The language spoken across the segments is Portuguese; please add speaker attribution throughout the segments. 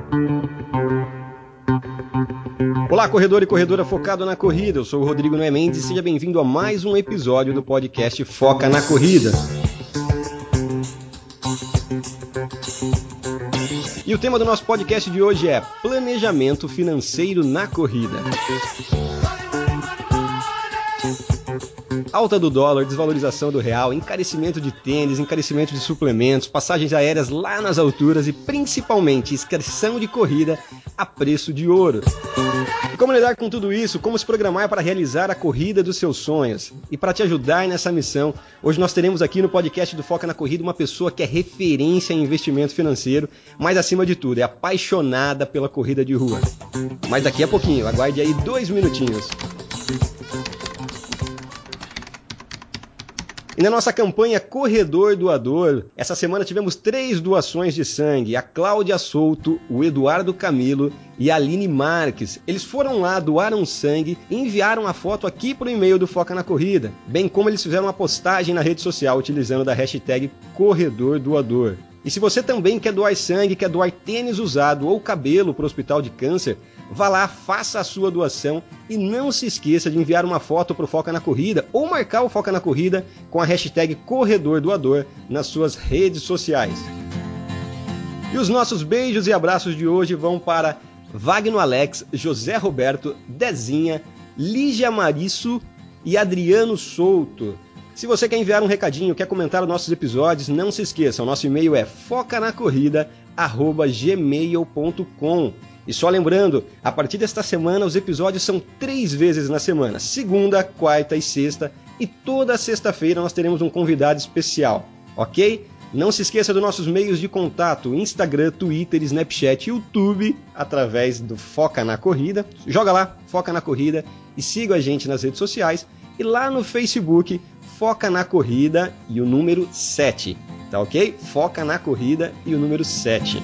Speaker 1: Olá, corredor e corredora focado na corrida. Eu sou o Rodrigo Noé Mendes e seja bem-vindo a mais um episódio do podcast Foca na Corrida. E o tema do nosso podcast de hoje é planejamento financeiro na corrida. Alta do dólar, desvalorização do real, encarecimento de tênis, encarecimento de suplementos, passagens aéreas lá nas alturas e principalmente inscrição de corrida a preço de ouro. E como lidar com tudo isso? Como se programar para realizar a corrida dos seus sonhos? E para te ajudar nessa missão, hoje nós teremos aqui no podcast do Foca na Corrida uma pessoa que é referência em investimento financeiro, mas acima de tudo é apaixonada pela corrida de rua. Mas daqui a pouquinho, aguarde aí 2 minutinhos. E na nossa campanha Corredor Doador, essa semana tivemos 3 doações de sangue, a Cláudia Souto, o Eduardo Camilo e a Aline Marques. Eles foram lá, doaram sangue e enviaram a foto aqui para o e-mail do Foca na Corrida, bem como eles fizeram uma postagem na rede social utilizando da hashtag Corredor Doador. E se você também quer doar sangue, quer doar tênis usado ou cabelo para o Hospital de Câncer, vá lá, faça a sua doação e não se esqueça de enviar uma foto para o Foca na Corrida ou marcar o Foca na Corrida com a hashtag Corredor Doador nas suas redes sociais. E os nossos beijos e abraços de hoje vão para Wagner Alex, José Roberto, Dezinha, Lígia Marisso e Adriano Souto. Se você quer enviar um recadinho, quer comentar os nossos episódios, não se esqueça, o nosso e-mail é focanacorrida@gmail.com. E só lembrando, a partir desta semana os episódios são 3 vezes na semana, segunda, quarta e sexta, e toda sexta-feira nós teremos um convidado especial, ok? Não se esqueça dos nossos meios de contato, Instagram, Twitter, Snapchat, YouTube, através do Foca na Corrida. Joga lá, Foca na Corrida, e siga a gente nas redes sociais. E lá no Facebook, Foca na Corrida e o número 7, tá ok? Foca na Corrida e o número 7.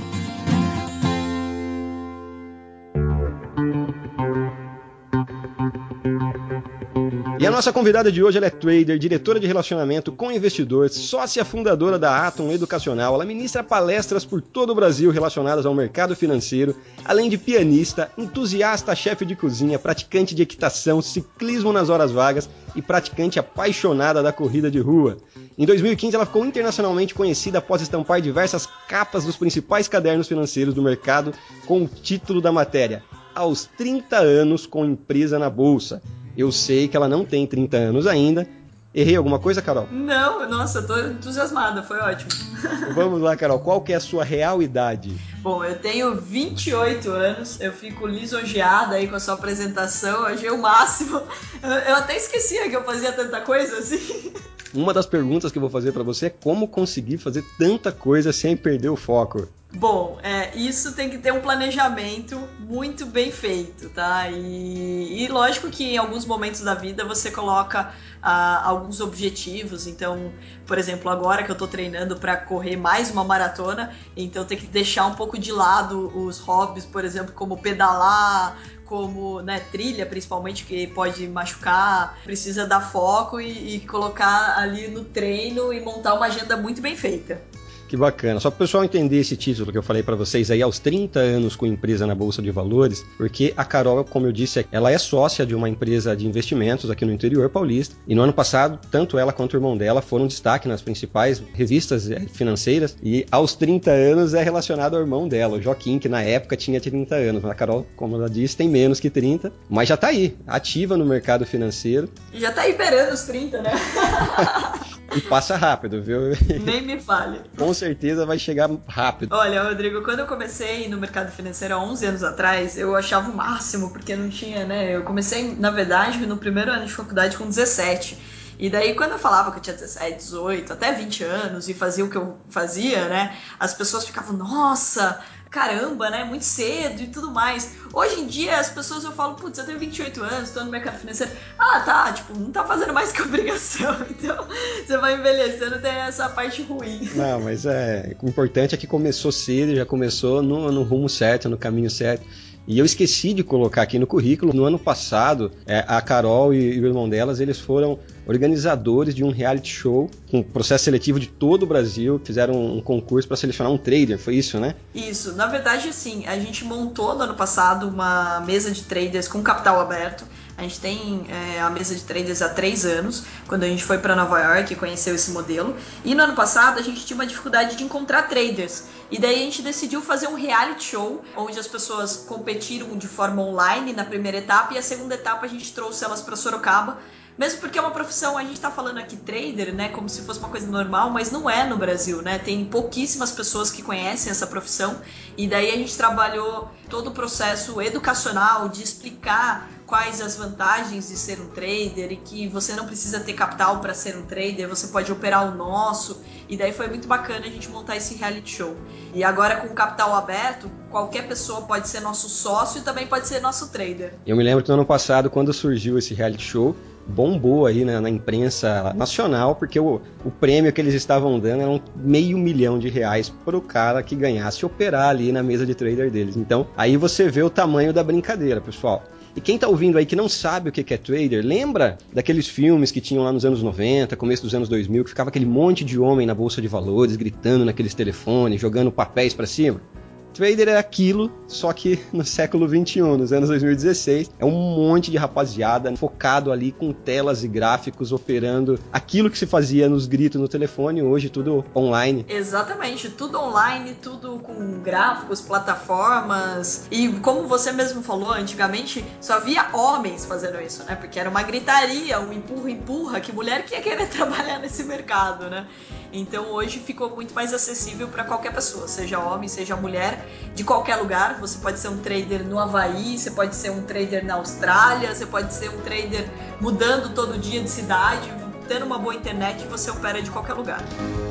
Speaker 1: E a nossa convidada de hoje ela é trader, diretora de relacionamento com investidor, sócia fundadora da Atom Educacional. Ela ministra palestras por todo o Brasil relacionadas ao mercado financeiro, além de pianista, entusiasta, chefe de cozinha, praticante de equitação, ciclismo nas horas vagas e praticante apaixonada da corrida de rua. Em 2015 ela ficou internacionalmente conhecida após estampar diversas capas dos principais cadernos financeiros do mercado com o título da matéria: Aos 30 anos com empresa na bolsa. Eu sei que ela não tem 30 anos ainda. Errei alguma coisa, Carol?
Speaker 2: Não, nossa, eu tô entusiasmada, foi ótimo.
Speaker 1: Vamos lá, Carol, qual que é a sua real idade?
Speaker 2: Bom, eu tenho 28 anos, eu fico lisonjeada aí com a sua apresentação, eu achei o máximo. Eu até esquecia que eu fazia tanta coisa assim.
Speaker 1: Uma das perguntas que eu vou fazer para você é como conseguir fazer tanta coisa sem perder o foco.
Speaker 2: Bom, isso tem que ter um planejamento muito bem feito, tá? E lógico que em alguns momentos da vida você coloca alguns objetivos. Então, por exemplo, agora que eu tô treinando para correr mais uma maratona, então tem que deixar um pouco de lado os hobbies, por exemplo, como pedalar, como trilha, principalmente, que pode machucar. Precisa dar foco e colocar ali no treino e montar uma agenda muito bem feita.
Speaker 1: Que bacana. Só para o pessoal entender esse título que eu falei para vocês aí, aos 30 anos com empresa na Bolsa de Valores, porque a Carol, como eu disse, ela é sócia de uma empresa de investimentos aqui no interior paulista, e no ano passado, tanto ela quanto o irmão dela foram destaque nas principais revistas financeiras, e aos 30 anos é relacionado ao irmão dela, o Joaquim, que na época tinha 30 anos. A Carol, como ela disse, tem menos que 30, mas já tá aí, ativa no mercado financeiro.
Speaker 2: E já tá aí beirando os 30, né?
Speaker 1: E passa rápido, viu?
Speaker 2: Nem me fale.
Speaker 1: Com certeza vai chegar rápido.
Speaker 2: Olha, Rodrigo, quando eu comecei no mercado financeiro há 11 anos atrás, eu achava o máximo, porque não tinha, Eu comecei, na verdade, no primeiro ano de faculdade com 17. E daí, quando eu falava que eu tinha 17, 18, até 20 anos e fazia o que eu fazia, as pessoas ficavam, nossa, caramba, muito cedo e tudo mais. Hoje em dia, as pessoas, eu falo, putz, eu tenho 28 anos, tô no mercado financeiro. Ah, tá, não tá fazendo mais que obrigação. Então, você vai envelhecendo, tem essa parte ruim.
Speaker 1: Não, mas o importante é que começou cedo, já começou no rumo certo, no caminho certo. E eu esqueci de colocar aqui no currículo, no ano passado, a Carol e o irmão delas, eles foram organizadores de um reality show com processo seletivo de todo o Brasil, fizeram um concurso para selecionar um trader, foi isso, né?
Speaker 2: Isso, na verdade, assim, a gente montou no ano passado uma mesa de traders com capital aberto. A gente tem a mesa de traders há 3 anos, quando a gente foi para Nova York e conheceu esse modelo. E no ano passado a gente tinha uma dificuldade de encontrar traders. E daí a gente decidiu fazer um reality show, onde as pessoas competiram de forma online na primeira etapa, e a segunda etapa a gente trouxe elas para Sorocaba. Mesmo porque é uma profissão, a gente tá falando aqui trader, né, como se fosse uma coisa normal, mas não é no Brasil, né? Tem pouquíssimas pessoas que conhecem essa profissão, e daí a gente trabalhou todo o processo educacional de explicar quais as vantagens de ser um trader e que você não precisa ter capital para ser um trader, você pode operar o nosso, e daí foi muito bacana a gente montar esse reality show. E agora com o capital aberto, qualquer pessoa pode ser nosso sócio e também pode ser nosso trader.
Speaker 1: Eu me lembro que no ano passado, quando surgiu esse reality show, bombou aí na imprensa nacional, porque o prêmio que eles estavam dando era R$500 mil pro cara que ganhasse operar ali na mesa de trader deles. Então, aí você vê o tamanho da brincadeira, pessoal. E quem tá ouvindo aí que não sabe o que é trader, lembra daqueles filmes que tinham lá nos anos 90, começo dos anos 2000, que ficava aquele monte de homem na bolsa de valores, gritando naqueles telefones, jogando papéis pra cima? Trader é aquilo, só que no século XXI, nos anos 2016, é um monte de rapaziada focado ali com telas e gráficos operando aquilo que se fazia nos gritos no telefone, hoje tudo online.
Speaker 2: Exatamente, tudo online, tudo com gráficos, plataformas, e como você mesmo falou, antigamente só via homens fazendo isso, né? Porque era uma gritaria, um empurra-empurra, que mulher que ia querer trabalhar nesse mercado, né? Então hoje ficou muito mais acessível para qualquer pessoa, seja homem, seja mulher, de qualquer lugar. Você pode ser um trader no Havaí, você pode ser um trader na Austrália, você pode ser um trader mudando todo dia de cidade, tendo uma boa internet, você opera de qualquer lugar.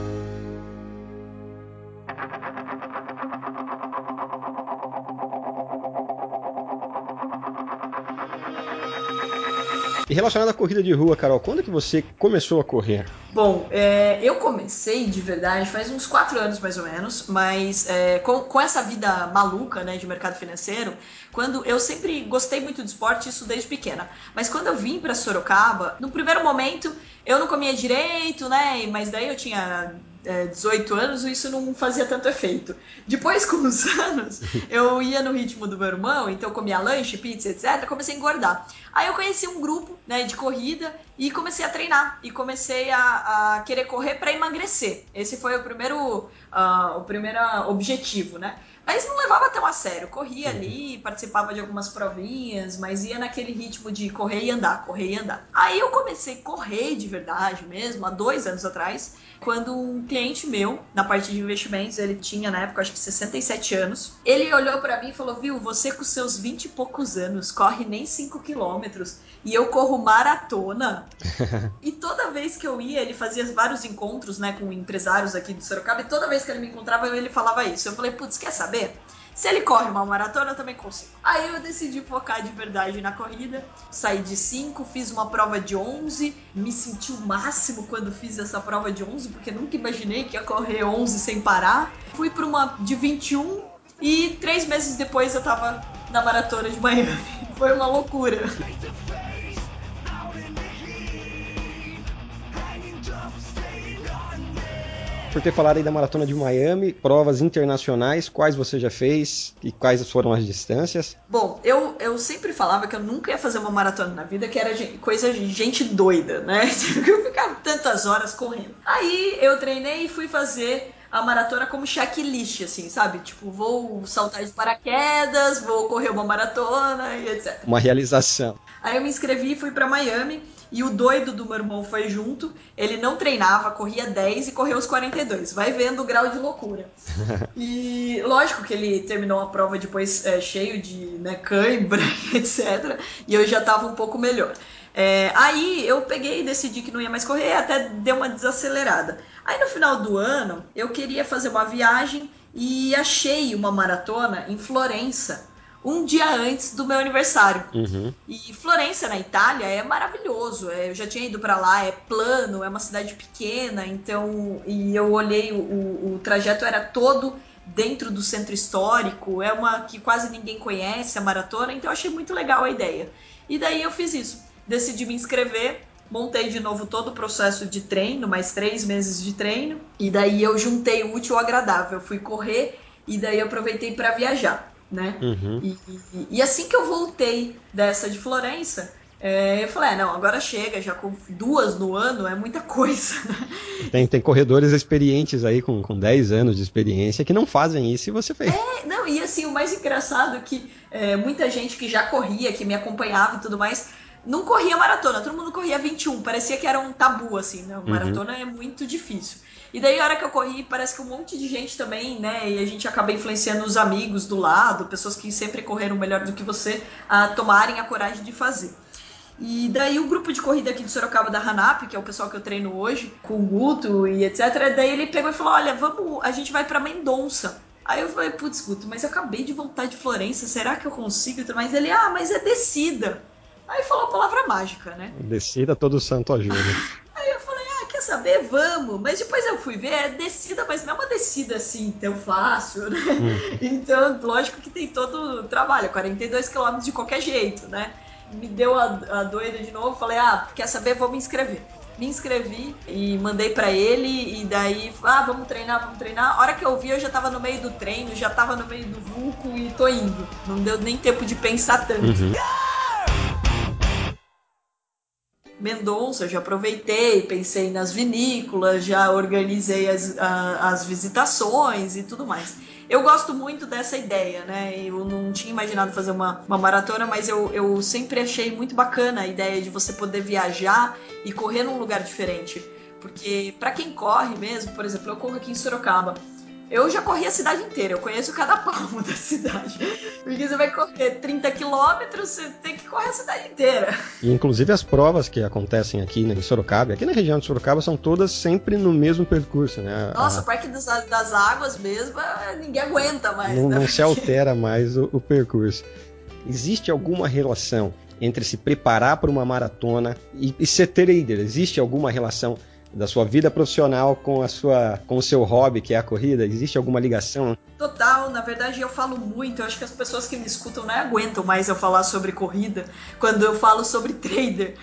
Speaker 1: E relacionado à corrida de rua, Carol, quando que você começou a correr?
Speaker 2: Bom, eu comecei de verdade faz uns 4 anos mais ou menos, mas com essa vida maluca, né, de mercado financeiro, quando eu sempre gostei muito de esporte, isso desde pequena. Mas quando eu vim para Sorocaba, no primeiro momento eu não comia direito, né, mas daí eu tinha 18 anos e isso não fazia tanto efeito. Depois, com os anos, eu ia no ritmo do meu irmão, então eu comia lanche, pizza, etc. Comecei a engordar. Aí eu conheci um grupo, né, de corrida e comecei a treinar. E comecei a querer correr para emagrecer. Esse foi o primeiro objetivo, né? Mas não levava tão a sério. Corria ali, participava de algumas provinhas, mas ia naquele ritmo de correr e andar, correr e andar. Aí eu comecei a correr de verdade mesmo, há 2 anos atrás, quando um cliente meu, na parte de investimentos, ele tinha na época acho que 67 anos, ele olhou pra mim e falou: viu, você com seus 20 e poucos anos corre nem 5 quilômetros e eu corro maratona. E toda vez que eu ia, ele fazia vários encontros, né, com empresários aqui de Sorocaba, e toda vez que ele me encontrava, ele falava isso. Eu falei: putz, quer saber? Se ele corre uma maratona, eu também consigo. Aí eu decidi focar de verdade na corrida, saí de 5, fiz uma prova de 11, me senti o máximo quando fiz essa prova de 11, porque nunca imaginei que ia correr 11 sem parar. Fui para uma de 21 e 3 meses depois eu tava na maratona de Miami. Foi uma loucura.
Speaker 1: Por ter falado aí da Maratona de Miami, provas internacionais, quais você já fez e quais foram as distâncias?
Speaker 2: Bom, eu sempre falava que eu nunca ia fazer uma maratona na vida, que era coisa de gente doida, né? Eu ficava tantas horas correndo. Aí eu treinei e fui fazer a maratona como checklist, assim, sabe? Tipo, vou saltar de paraquedas, vou correr uma maratona e etc.
Speaker 1: Uma realização.
Speaker 2: Aí eu me inscrevi e fui pra Miami. E o doido do meu irmão foi junto. Ele não treinava, corria 10 e correu os 42. Vai vendo o grau de loucura. E lógico que ele terminou a prova depois cheio de cãibra, etc. E eu já tava um pouco melhor. Aí eu peguei e decidi que não ia mais correr, até deu uma desacelerada. Aí no final do ano eu queria fazer uma viagem e achei uma maratona em Florença, um dia antes do meu aniversário.
Speaker 1: Uhum.
Speaker 2: E Florença, na Itália, é maravilhoso. Eu já tinha ido para lá, é plano, é uma cidade pequena, então. E eu olhei, o trajeto era todo dentro do centro histórico, é uma que quase ninguém conhece, a maratona, então eu achei muito legal a ideia. E daí eu fiz isso, decidi me inscrever, montei de novo todo o processo de treino, mais 3 meses de treino, e daí eu juntei o útil ao agradável, fui correr e daí eu aproveitei para viajar, né?
Speaker 1: Uhum.
Speaker 2: E assim que eu voltei dessa de Florença, eu falei, não, agora chega, já com 2 no ano é muita coisa.
Speaker 1: Tem corredores experientes aí com 10 anos de experiência que não fazem isso e você fez.
Speaker 2: Não, e assim, o mais engraçado é que muita gente que já corria, que me acompanhava e tudo mais, não corria maratona, todo mundo corria 21, parecia que era um tabu, assim, né?
Speaker 1: Uhum.
Speaker 2: Maratona é muito difícil. E daí, a hora que eu corri, parece que um monte de gente também, né? E a gente acaba influenciando os amigos do lado, pessoas que sempre correram melhor do que você, a tomarem a coragem de fazer. E daí o grupo de corrida aqui de Sorocaba da Hanap, que é o pessoal que eu treino hoje, com o Guto e etc. Daí ele pegou e falou: olha, vamos, a gente vai pra Mendonça. Aí eu falei, putz, Guto, mas eu acabei de voltar de Florença, será que eu consigo? Mas ele, mas é descida. Aí falou a palavra mágica, né?
Speaker 1: Descida todo santo ajuda.
Speaker 2: Aí eu falei, quer saber? Vamos. Mas depois eu fui ver, é descida, mas não é uma descida assim tão fácil, né? Então, lógico que tem todo o trabalho, 42 quilômetros de qualquer jeito, né? Me deu a doida de novo, falei, quer saber? Vou me inscrever. Me inscrevi e mandei pra ele, e daí, vamos treinar, vamos treinar. A hora que eu vi, eu já tava no meio do treino, já tava no meio do vulco e tô indo. Não deu nem tempo de pensar tanto.
Speaker 1: Uhum.
Speaker 2: Mendonça, já aproveitei, pensei nas vinícolas, já organizei as visitações e tudo mais. Eu gosto muito dessa ideia, né? Eu não tinha imaginado fazer uma maratona, mas eu sempre achei muito bacana a ideia de você poder viajar e correr num lugar diferente. Porque para quem corre mesmo, por exemplo, eu corro aqui em Sorocaba. Eu já corri a cidade inteira, eu conheço cada palmo da cidade. Porque você vai correr 30 quilômetros, você tem que correr a cidade inteira.
Speaker 1: E inclusive as provas que acontecem aqui em Sorocaba, aqui na região de Sorocaba, são todas sempre no mesmo percurso, né?
Speaker 2: Nossa, o Parque das Águas mesmo, ninguém aguenta mais,
Speaker 1: Não,
Speaker 2: né?
Speaker 1: não se altera mais o percurso. Existe alguma relação entre se preparar para uma maratona e ser trader? Existe alguma relação da sua vida profissional com o seu hobby, que é a corrida? Existe alguma ligação?
Speaker 2: Total, na verdade eu falo muito, eu acho que as pessoas que me escutam não aguentam mais eu falar sobre corrida quando eu falo sobre trader,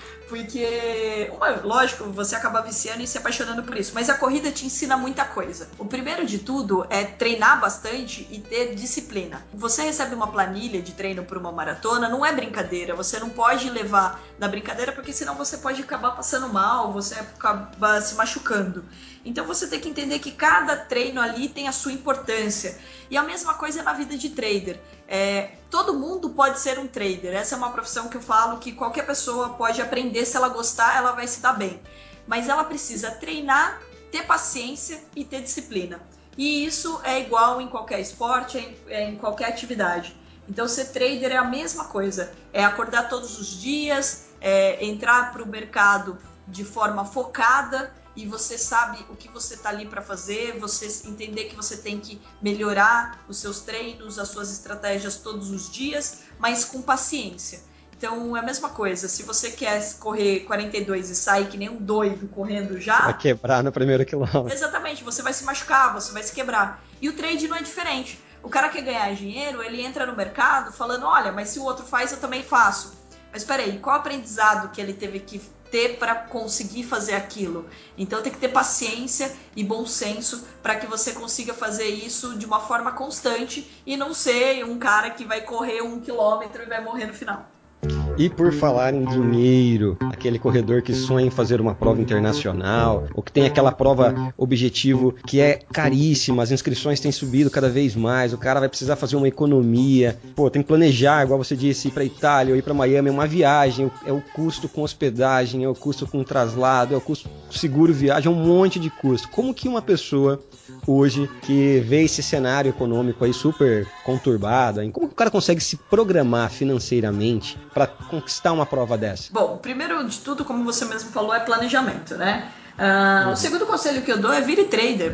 Speaker 2: porque, lógico, você acaba viciando e se apaixonando por isso, mas a corrida te ensina muita coisa. O primeiro de tudo é treinar bastante e ter disciplina. Você recebe uma planilha de treino para uma maratona, não é brincadeira, você não pode levar na brincadeira porque senão você pode acabar passando mal, você acaba se machucando. Então você tem que entender que cada treino ali tem a sua importância. E a mesma coisa na vida de trader. Todo mundo pode ser um trader. Essa é uma profissão que eu falo que qualquer pessoa pode aprender. Se ela gostar, ela vai se dar bem. Mas ela precisa treinar, ter paciência e ter disciplina. E isso é igual em qualquer esporte, em qualquer atividade. Então ser trader é a mesma coisa. É acordar todos os dias, entrar para o mercado de forma focada, e você sabe o que você está ali para fazer, você entender que você tem que melhorar os seus treinos, as suas estratégias todos os dias, mas com paciência. Então é a mesma coisa, se você quer correr 42 e sair que nem um doido correndo já...
Speaker 1: Você vai quebrar no primeiro quilômetro.
Speaker 2: Exatamente, você vai se machucar, você vai se quebrar. E o trade não é diferente. O cara quer ganhar dinheiro, ele entra no mercado falando, olha, mas se o outro faz, eu também faço. Mas peraí, qual o aprendizado que ele teve que ter para conseguir fazer aquilo? Então tem que ter paciência e bom senso para que você consiga fazer isso de uma forma constante e não ser um cara que vai correr 1 quilômetro e vai morrer no final.
Speaker 1: E por falar em dinheiro, aquele corredor que sonha em fazer uma prova internacional, ou que tem aquela prova objetivo que é caríssima, as inscrições têm subido cada vez mais, o cara vai precisar fazer uma economia, tem que planejar, igual você disse, ir para Itália ou ir para Miami, é uma viagem, é o custo com hospedagem, é o custo com traslado, é o custo seguro viagem, é um monte de custo. Como que uma pessoa hoje que vê esse cenário econômico aí super conturbado, como que o cara consegue se programar financeiramente para conquistar uma prova dessa?
Speaker 2: Bom, primeiro de tudo, como você mesmo falou, é planejamento, né? O segundo conselho que eu dou é vire trader.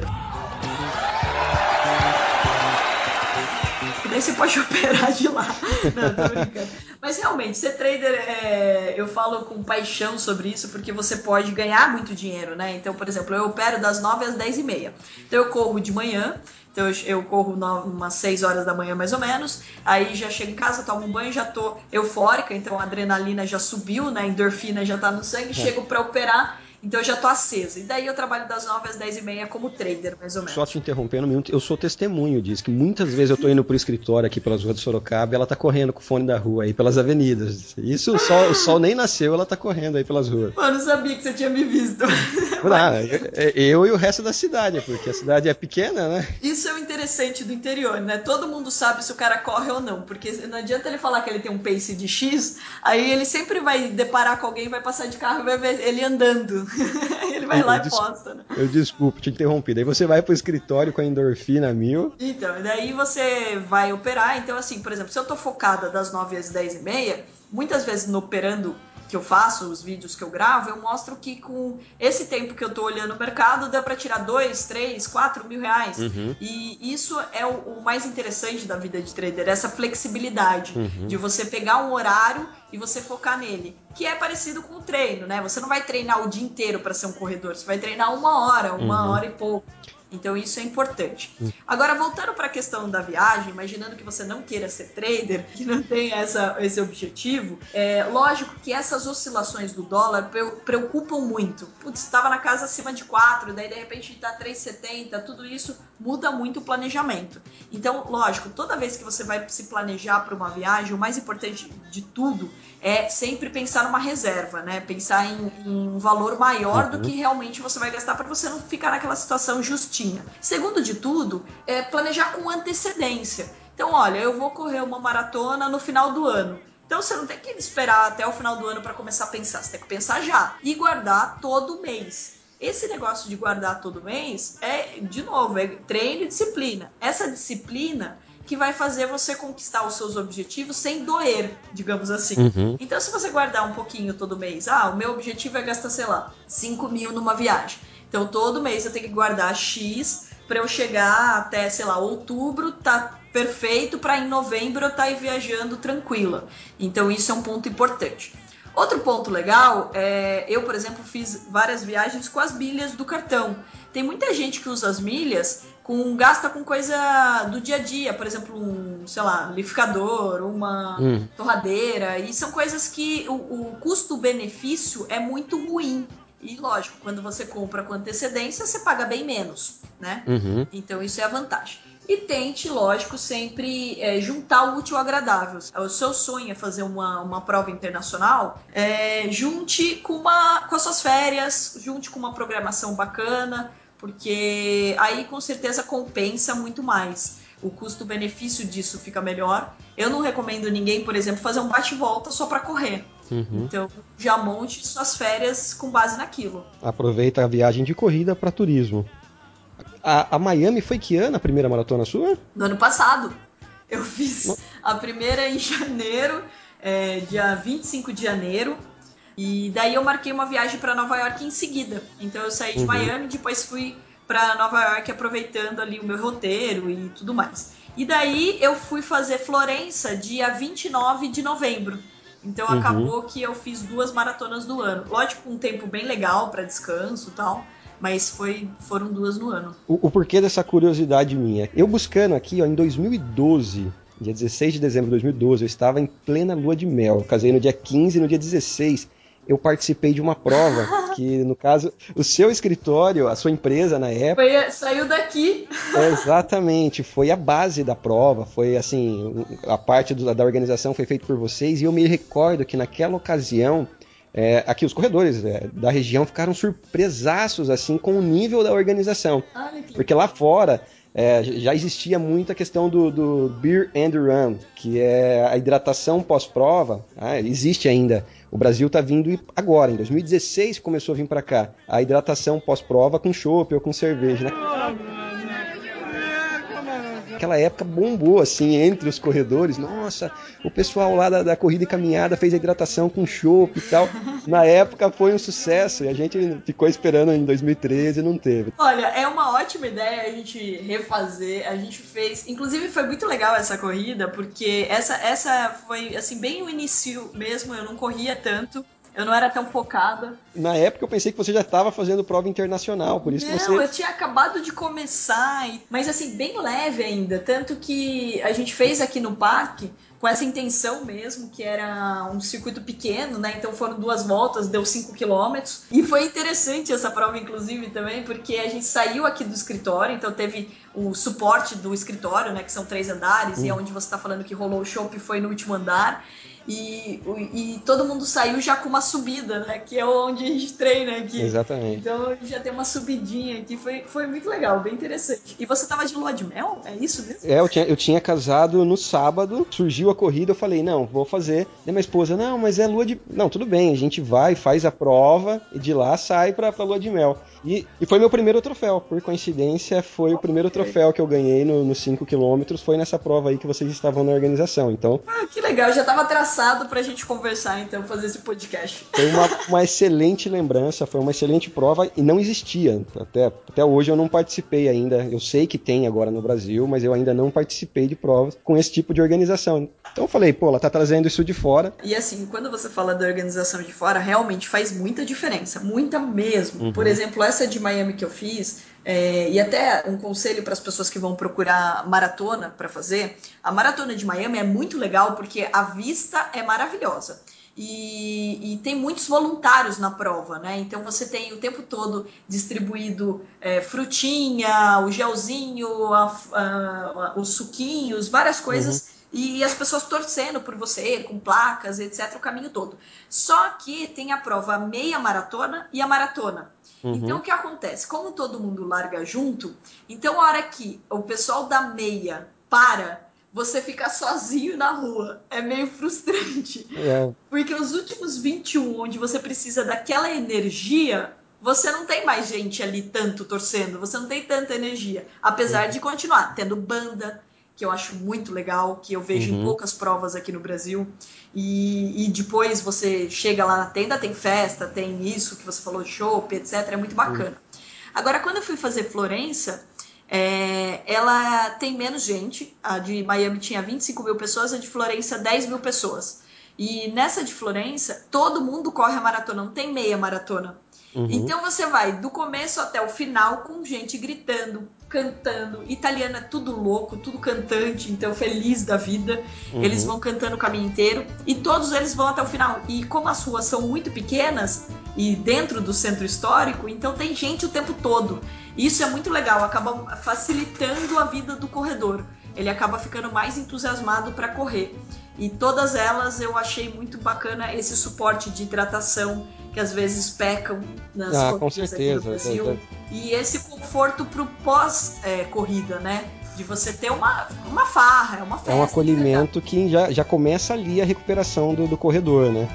Speaker 2: E daí você pode operar de lá. Não, tô brincando. Mas realmente, ser trader, eu falo com paixão sobre isso, porque você pode ganhar muito dinheiro, né? Então, por exemplo, eu opero das 9 às 10h30. Então eu corro de manhã, Então eu corro umas 6 horas da manhã mais ou menos, aí já chego em casa, tomo um banho, já tô eufórica, então a adrenalina já subiu, né? A endorfina já tá no sangue, chego para operar, então eu já tô acesa. E daí eu trabalho das 9 às 10h30 como trader, mais ou menos.
Speaker 1: Só te interrompendo um minuto, eu sou testemunho disso, que muitas vezes eu tô indo pro escritório aqui pelas ruas de Sorocaba e ela tá correndo com o fone da rua aí pelas avenidas. Isso, o sol nem nasceu, ela tá correndo aí pelas ruas.
Speaker 2: Eu não sabia que você tinha me visto.
Speaker 1: Eu e o resto da cidade, porque a cidade é pequena, né?
Speaker 2: Isso é o interessante do interior, né? Todo mundo sabe se o cara corre ou não, porque não adianta ele falar que ele tem um pace de X, aí ele sempre vai deparar com alguém, vai passar de carro e vai ver ele andando. Ele vai lá e posta, né?
Speaker 1: Eu desculpo, te interrompi. Daí você vai pro escritório com a endorfina mil.
Speaker 2: Então, daí você vai operar. Então, assim, por exemplo, se eu tô focada das 9 às 10h30, muitas vezes no operando que eu faço, os vídeos que eu gravo, eu mostro que com esse tempo que eu tô olhando o mercado, dá para tirar 2, 3, 4 mil reais.
Speaker 1: Uhum.
Speaker 2: E isso é o mais interessante da vida de trader, essa flexibilidade de você pegar um horário e você focar nele, que é parecido com o treino, né? Você não vai treinar o dia inteiro para ser um corredor, você vai treinar uma hora e pouco. Então isso é importante. Agora, voltando para a questão da viagem, imaginando que você não queira ser trader, que não tem esse objetivo, lógico que essas oscilações do dólar preocupam muito. Putz, estava na casa acima de 4, daí de repente está 3,70, tudo isso muda muito o planejamento. Então, lógico, toda vez que você vai se planejar para uma viagem, o mais importante de tudo é sempre pensar numa reserva, né? Pensar em um valor maior do que realmente você vai gastar para você não ficar naquela situação justinha. Segundo de tudo, é planejar com antecedência. Então, olha, eu vou correr uma maratona no final do ano. Então você não tem que esperar até o final do ano para começar a pensar, você tem que pensar já e guardar todo mês. Esse negócio de guardar todo mês de novo, é treino e disciplina. Essa disciplina que vai fazer você conquistar os seus objetivos sem doer, digamos assim.
Speaker 1: Uhum.
Speaker 2: Então, se você guardar um pouquinho todo mês, o meu objetivo é gastar, sei lá, 5 mil numa viagem. Então, todo mês eu tenho que guardar X para eu chegar até, sei lá, outubro, tá perfeito para em novembro eu estar viajando tranquila. Então, isso é um ponto importante. Outro ponto legal eu, por exemplo, fiz várias viagens com as milhas do cartão. Tem muita gente que usa as milhas gasta com coisa do dia a dia, por exemplo, sei lá, liquidificador, uma torradeira, e são coisas que o custo-benefício é muito ruim. E lógico, quando você compra com antecedência, você paga bem menos, né?
Speaker 1: Uhum.
Speaker 2: Então isso é a vantagem. E tente, lógico, sempre juntar o útil ao agradável. O seu sonho é fazer uma prova internacional, junte com as suas férias, junte com uma programação bacana, porque aí com certeza compensa muito mais. O custo-benefício disso fica melhor. Eu não recomendo ninguém, por exemplo, fazer um bate-volta só para correr. Então, já monte suas férias com base naquilo.
Speaker 1: Aproveita a viagem de corrida para turismo. A Miami foi que ano a primeira maratona sua?
Speaker 2: No ano passado, eu fiz a primeira em janeiro, dia 25 de janeiro. E daí eu marquei uma viagem para Nova York em seguida. Então eu saí de Miami, depois fui para Nova York aproveitando ali o meu roteiro e tudo mais. E daí eu fui fazer Florença dia 29 de novembro. Então acabou que eu fiz 2 maratonas do ano. Lógico, um tempo bem legal para descanso e tal, mas foram 2 no ano.
Speaker 1: O porquê dessa curiosidade minha? Eu buscando aqui, ó, em 2012, dia 16 de dezembro de 2012, eu estava em plena lua de mel. Eu casei no dia 15 e no dia 16 eu participei de uma prova que, no caso, o seu escritório, a sua empresa na época...
Speaker 2: Saiu daqui.
Speaker 1: Exatamente, foi a base da prova, foi assim, a parte da organização foi feita por vocês, e eu me recordo que naquela ocasião, aqui os corredores da região ficaram surpresaços assim com o nível da organização, porque lá fora já existia muito a questão do Beer and Run, que é a hidratação pós-prova, existe ainda. O Brasil está vindo agora, em 2016 começou a vir para cá, a hidratação pós-prova com chopp ou com cerveja, né? Naquela época bombou assim entre os corredores. Nossa, o pessoal lá da corrida e caminhada fez a hidratação com chopp e tal. Na época foi um sucesso e a gente ficou esperando em 2013 e não teve.
Speaker 2: Olha, é uma ótima ideia a gente refazer. A gente fez, inclusive foi muito legal essa corrida, porque essa foi assim bem o início mesmo, eu não corria tanto. Eu não era tão focada.
Speaker 1: Na época eu pensei que você já estava fazendo prova internacional, por isso que você...
Speaker 2: Não, eu tinha acabado de começar, mas assim, bem leve ainda. Tanto que a gente fez aqui no parque com essa intenção mesmo, que era um circuito pequeno, né? Então foram 2 voltas, deu 5 quilômetros. E foi interessante essa prova, inclusive, também, porque a gente saiu aqui do escritório, então teve o suporte do escritório, né? Que são 3 andares, e é onde você está falando que rolou o chopp foi no último andar. E todo mundo saiu já com uma subida, né? Que é onde a gente treina aqui.
Speaker 1: Exatamente.
Speaker 2: Então já tem uma subidinha aqui, foi muito legal, bem interessante. E você tava de lua de mel? É isso mesmo?
Speaker 1: Eu tinha casado no sábado, surgiu a corrida, eu falei, não, vou fazer. E minha esposa, não, mas é lua de... Não, tudo bem, a gente vai, faz a prova e de lá sai pra lua de mel. E foi meu primeiro troféu, por coincidência, foi o primeiro troféu que eu ganhei nos 5 quilômetros, foi nessa prova aí que vocês estavam na organização, então...
Speaker 2: Ah, que legal, já tava traçado pra gente conversar, então, fazer esse podcast.
Speaker 1: Foi uma excelente lembrança, foi uma excelente prova e não existia. Até hoje eu não participei ainda. Eu sei que tem agora no Brasil, mas eu ainda não participei de provas com esse tipo de organização. Então eu falei, pô, ela tá trazendo isso de fora.
Speaker 2: E assim, quando você fala da organização de fora, realmente faz muita diferença, muita mesmo. Por exemplo, essa de Miami que eu fiz, e até um conselho para as pessoas que vão procurar maratona para fazer, a maratona de Miami é muito legal porque a vista é maravilhosa. E tem muitos voluntários na prova, né? Então você tem o tempo todo distribuído frutinha, o gelzinho, os suquinhos, várias coisas e as pessoas torcendo por você, com placas, etc., o caminho todo. Só que tem a prova meia maratona e a maratona. Então, o que acontece? Como todo mundo larga junto, então a hora que o pessoal da meia para, você fica sozinho na rua. É meio frustrante.
Speaker 1: É,
Speaker 2: Porque os últimos 21, onde você precisa daquela energia, você não tem mais gente ali tanto torcendo, você não tem tanta energia. Apesar de continuar tendo banda, que eu acho muito legal, que eu vejo em poucas provas aqui no Brasil. E depois você chega lá na tenda, tem festa, tem isso que você falou, chopp, etc. É muito bacana. Agora, quando eu fui fazer Florença, ela tem menos gente. A de Miami tinha 25 mil pessoas, a de Florença 10 mil pessoas. E nessa de Florença, todo mundo corre a maratona, não tem meia maratona. Então você vai do começo até o final com gente gritando, cantando. Italiano é tudo louco, tudo cantante, então feliz da vida. Eles vão cantando o caminho inteiro e todos eles vão até o final. E como as ruas são muito pequenas e dentro do centro histórico, então tem gente o tempo todo. Isso é muito legal, acaba facilitando a vida do corredor. Ele acaba ficando mais entusiasmado para correr. E todas elas eu achei muito bacana esse suporte de hidratação que às vezes pecam nas
Speaker 1: com
Speaker 2: corridas aqui do
Speaker 1: certeza.
Speaker 2: Brasil. E esse conforto pro pós-corrida, né? De você ter uma farra, uma festa.
Speaker 1: É um acolhimento que já começa ali a recuperação do corredor, né?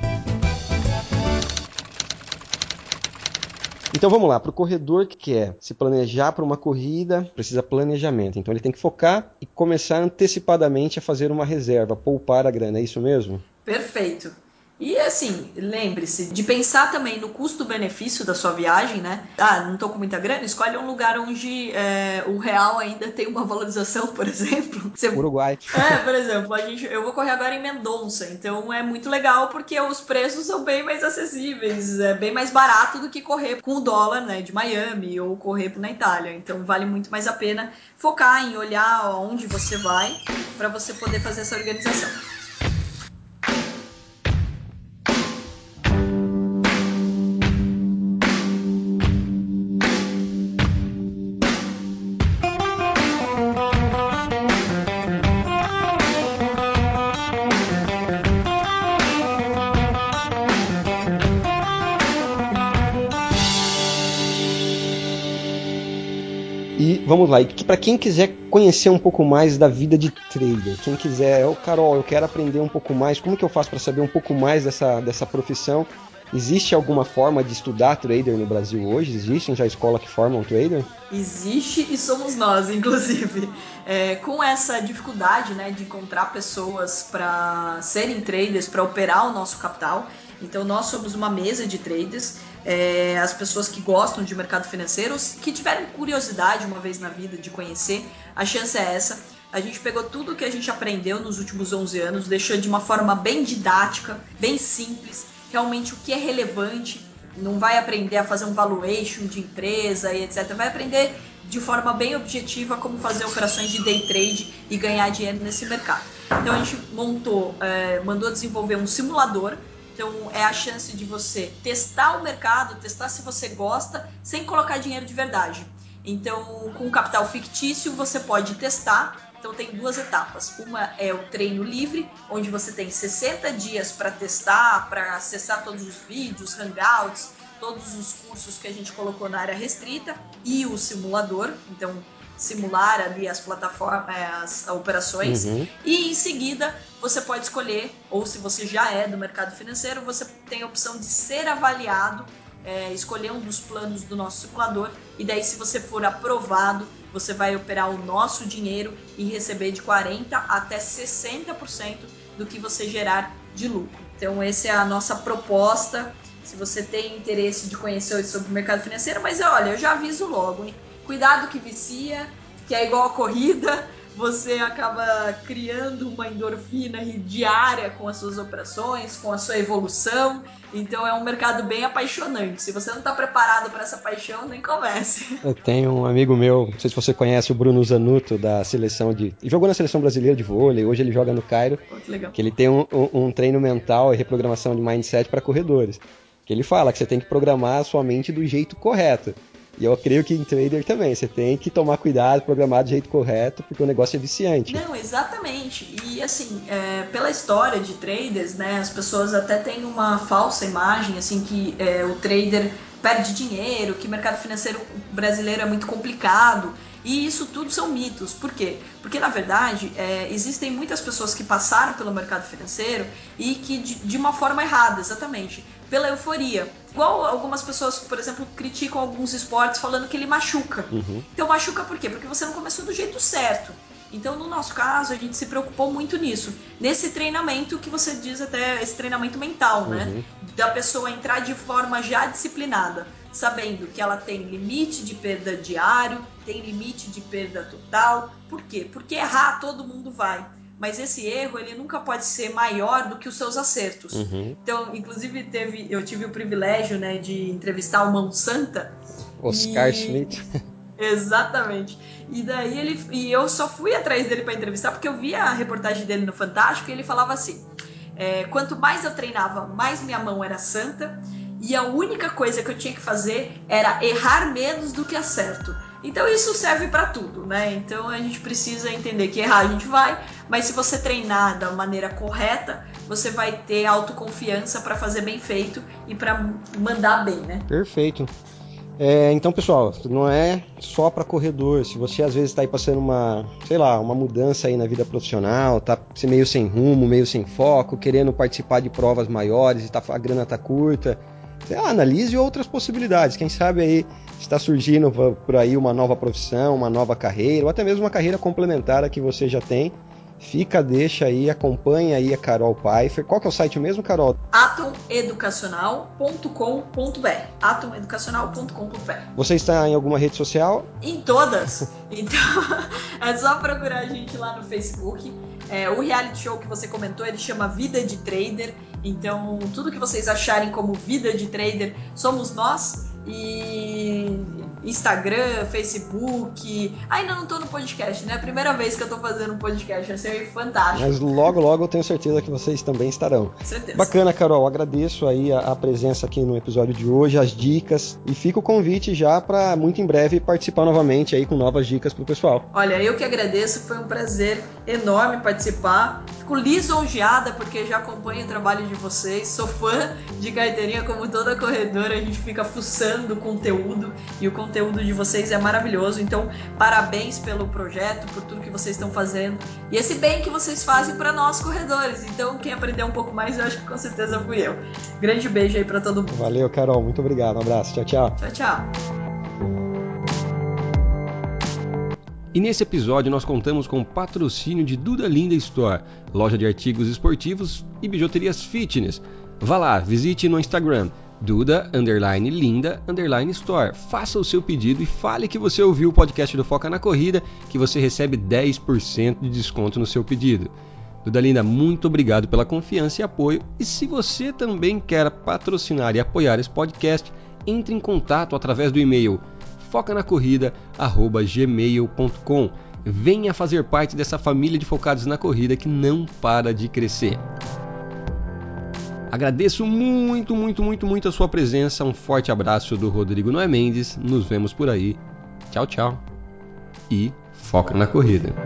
Speaker 1: Então vamos lá, para o corredor que quer se planejar para uma corrida, precisa planejamento. Então ele tem que focar e começar antecipadamente a fazer uma reserva, poupar a grana, é isso mesmo?
Speaker 2: Perfeito. E assim, lembre-se de pensar também no custo-benefício da sua viagem, né? Ah, não tô com muita grana? Escolhe um lugar onde o real ainda tem uma valorização, por exemplo.
Speaker 1: Uruguai.
Speaker 2: Por exemplo, eu vou correr agora em Mendonça, então é muito legal porque os preços são bem mais acessíveis, é bem mais barato do que correr com o dólar, né, de Miami ou correr na Itália. Então vale muito mais a pena focar em olhar onde você vai para você poder fazer essa organização.
Speaker 1: E vamos lá, e para quem quiser conhecer um pouco mais da vida de trader, quem quiser, Carol, eu quero aprender um pouco mais, como que eu faço para saber um pouco mais dessa profissão? Existe alguma forma de estudar trader no Brasil hoje? Existem já escolas que formam trader?
Speaker 2: Existe e somos nós, inclusive. Com essa dificuldade, né, de encontrar pessoas para serem traders, para operar o nosso capital. Então, nós somos uma mesa de traders. As pessoas que gostam de mercado financeiro, que tiverem curiosidade uma vez na vida de conhecer, a chance é essa. A gente pegou tudo que a gente aprendeu nos últimos 11 anos, deixou de uma forma bem didática, bem simples, realmente o que é relevante, não vai aprender a fazer um valuation de empresa e etc. Vai aprender de forma bem objetiva como fazer operações de day trade e ganhar dinheiro nesse mercado. Então a gente mandou desenvolver um simulador. Então é a chance de você testar o mercado, testar se você gosta, sem colocar dinheiro de verdade. Então, com capital fictício, você pode testar. Então tem 2 etapas. Uma é o treino livre, onde você tem 60 dias para testar, para acessar todos os vídeos, hangouts, todos os cursos que a gente colocou na área restrita, e o simulador. Então, simular ali as plataformas, as operações. E em seguida, você pode escolher, ou se você já é do mercado financeiro, você tem a opção de ser avaliado, escolher um dos planos do nosso simulador, e daí, se você for aprovado, você vai operar o nosso dinheiro e receber de 40% até 60% do que você gerar de lucro. Então, essa é a nossa proposta. Se você tem interesse de conhecer sobre o mercado financeiro, mas olha, eu já aviso logo, hein? Cuidado que vicia, que é igual a corrida, você acaba criando uma endorfina diária com as suas operações, com a sua evolução. Então é um mercado bem apaixonante. Se você não está preparado para essa paixão, nem comece.
Speaker 1: Eu tenho um amigo meu, não sei se você conhece, o Bruno Zanutto, da seleção jogou na seleção brasileira de vôlei, hoje ele joga no Cairo.
Speaker 2: Que legal.
Speaker 1: Que ele tem um treino mental e reprogramação de mindset para corredores. Que ele fala que você tem que programar a sua mente do jeito correto. E eu creio que em trader também, você tem que tomar cuidado, programar do jeito correto, porque o negócio é viciante.
Speaker 2: Não, exatamente. E assim, pela história de traders, né, as pessoas até têm uma falsa imagem, assim, que o trader perde dinheiro, que o mercado financeiro brasileiro é muito complicado. E isso tudo são mitos. Por quê? Porque, na verdade, existem muitas pessoas que passaram pelo mercado financeiro e que de uma forma errada, exatamente, pela euforia. Igual algumas pessoas, por exemplo, criticam alguns esportes falando que ele machuca. Então machuca por quê? Porque você não começou do jeito certo. Então, no nosso caso, a gente se preocupou muito nisso. Nesse treinamento que você diz até, esse treinamento mental, né? Da pessoa entrar de forma já disciplinada, sabendo que ela tem limite de perda diário, tem limite de perda total. Por quê? Porque errar todo mundo vai. Mas esse erro, ele nunca pode ser maior do que os seus acertos. Então, inclusive, eu tive o privilégio, né, de entrevistar o Mão Santa.
Speaker 1: Oscar Schmidt.
Speaker 2: Exatamente. E daí eu só fui atrás dele para entrevistar porque eu vi a reportagem dele no Fantástico e ele falava assim: quanto mais eu treinava, mais minha mão era santa, e a única coisa que eu tinha que fazer era errar menos do que acerto. Então isso serve para tudo, né? Então a gente precisa entender que errar a gente vai, mas se você treinar da maneira correta, você vai ter autoconfiança para fazer bem feito e para mandar bem, né?
Speaker 1: Perfeito. Então, pessoal, não é só para corredor. Se você às vezes está aí passando uma mudança aí na vida profissional, tá meio sem rumo, meio sem foco, querendo participar de provas maiores, a grana tá curta, analise outras possibilidades. Quem sabe aí está surgindo por aí uma nova profissão, uma nova carreira, ou até mesmo uma carreira complementar a que você já tem. Deixa aí, acompanha aí a Carol Pfeiffer. Qual que é o site mesmo, Carol?
Speaker 2: atomeducacional.com.br atomeducacional.com.br.
Speaker 1: Você está em alguma rede social?
Speaker 2: Em todas. Então, é só procurar a gente lá no Facebook. O reality show que você comentou, ele chama Vida de Trader. Então, tudo que vocês acharem como Vida de Trader, somos nós. E Instagram, Facebook. Ainda não tô no podcast, né? É a primeira vez que eu tô fazendo um podcast, vai ser fantástico.
Speaker 1: Mas logo eu tenho certeza que vocês também estarão.
Speaker 2: Certeza.
Speaker 1: Bacana, Carol. Agradeço aí a presença aqui no episódio de hoje, as dicas, e fica o convite já para muito em breve participar novamente aí com novas dicas pro pessoal.
Speaker 2: Olha, eu que agradeço, foi um prazer enorme participar. Fico lisonjeada porque já acompanho o trabalho de vocês, sou fã de carteirinha como toda corredora, a gente fica fuçando o conteúdo e o conteúdo de vocês é maravilhoso, então parabéns pelo projeto, por tudo que vocês estão fazendo e esse bem que vocês fazem para nós corredores, então quem aprender um pouco mais eu acho que com certeza fui eu. Grande beijo aí para todo mundo.
Speaker 1: Valeu, Carol, muito obrigado, um abraço, tchau, tchau.
Speaker 2: Tchau, tchau.
Speaker 1: E nesse episódio nós contamos com o patrocínio de Duda Linda Store, loja de artigos esportivos e bijuterias fitness. Vá lá, visite no Instagram, Duda_Linda_Store. Faça o seu pedido e fale que você ouviu o podcast do Foca na Corrida, que você recebe 10% de desconto no seu pedido. Duda Linda, muito obrigado pela confiança e apoio. E se você também quer patrocinar e apoiar esse podcast, entre em contato através do e-mail focanacorrida@gmail.com. Venha fazer parte dessa família de focados na corrida que não para de crescer. Agradeço muito a sua presença. Um forte abraço do Rodrigo Noé Mendes. Nos vemos por aí. Tchau, tchau. E foca na corrida.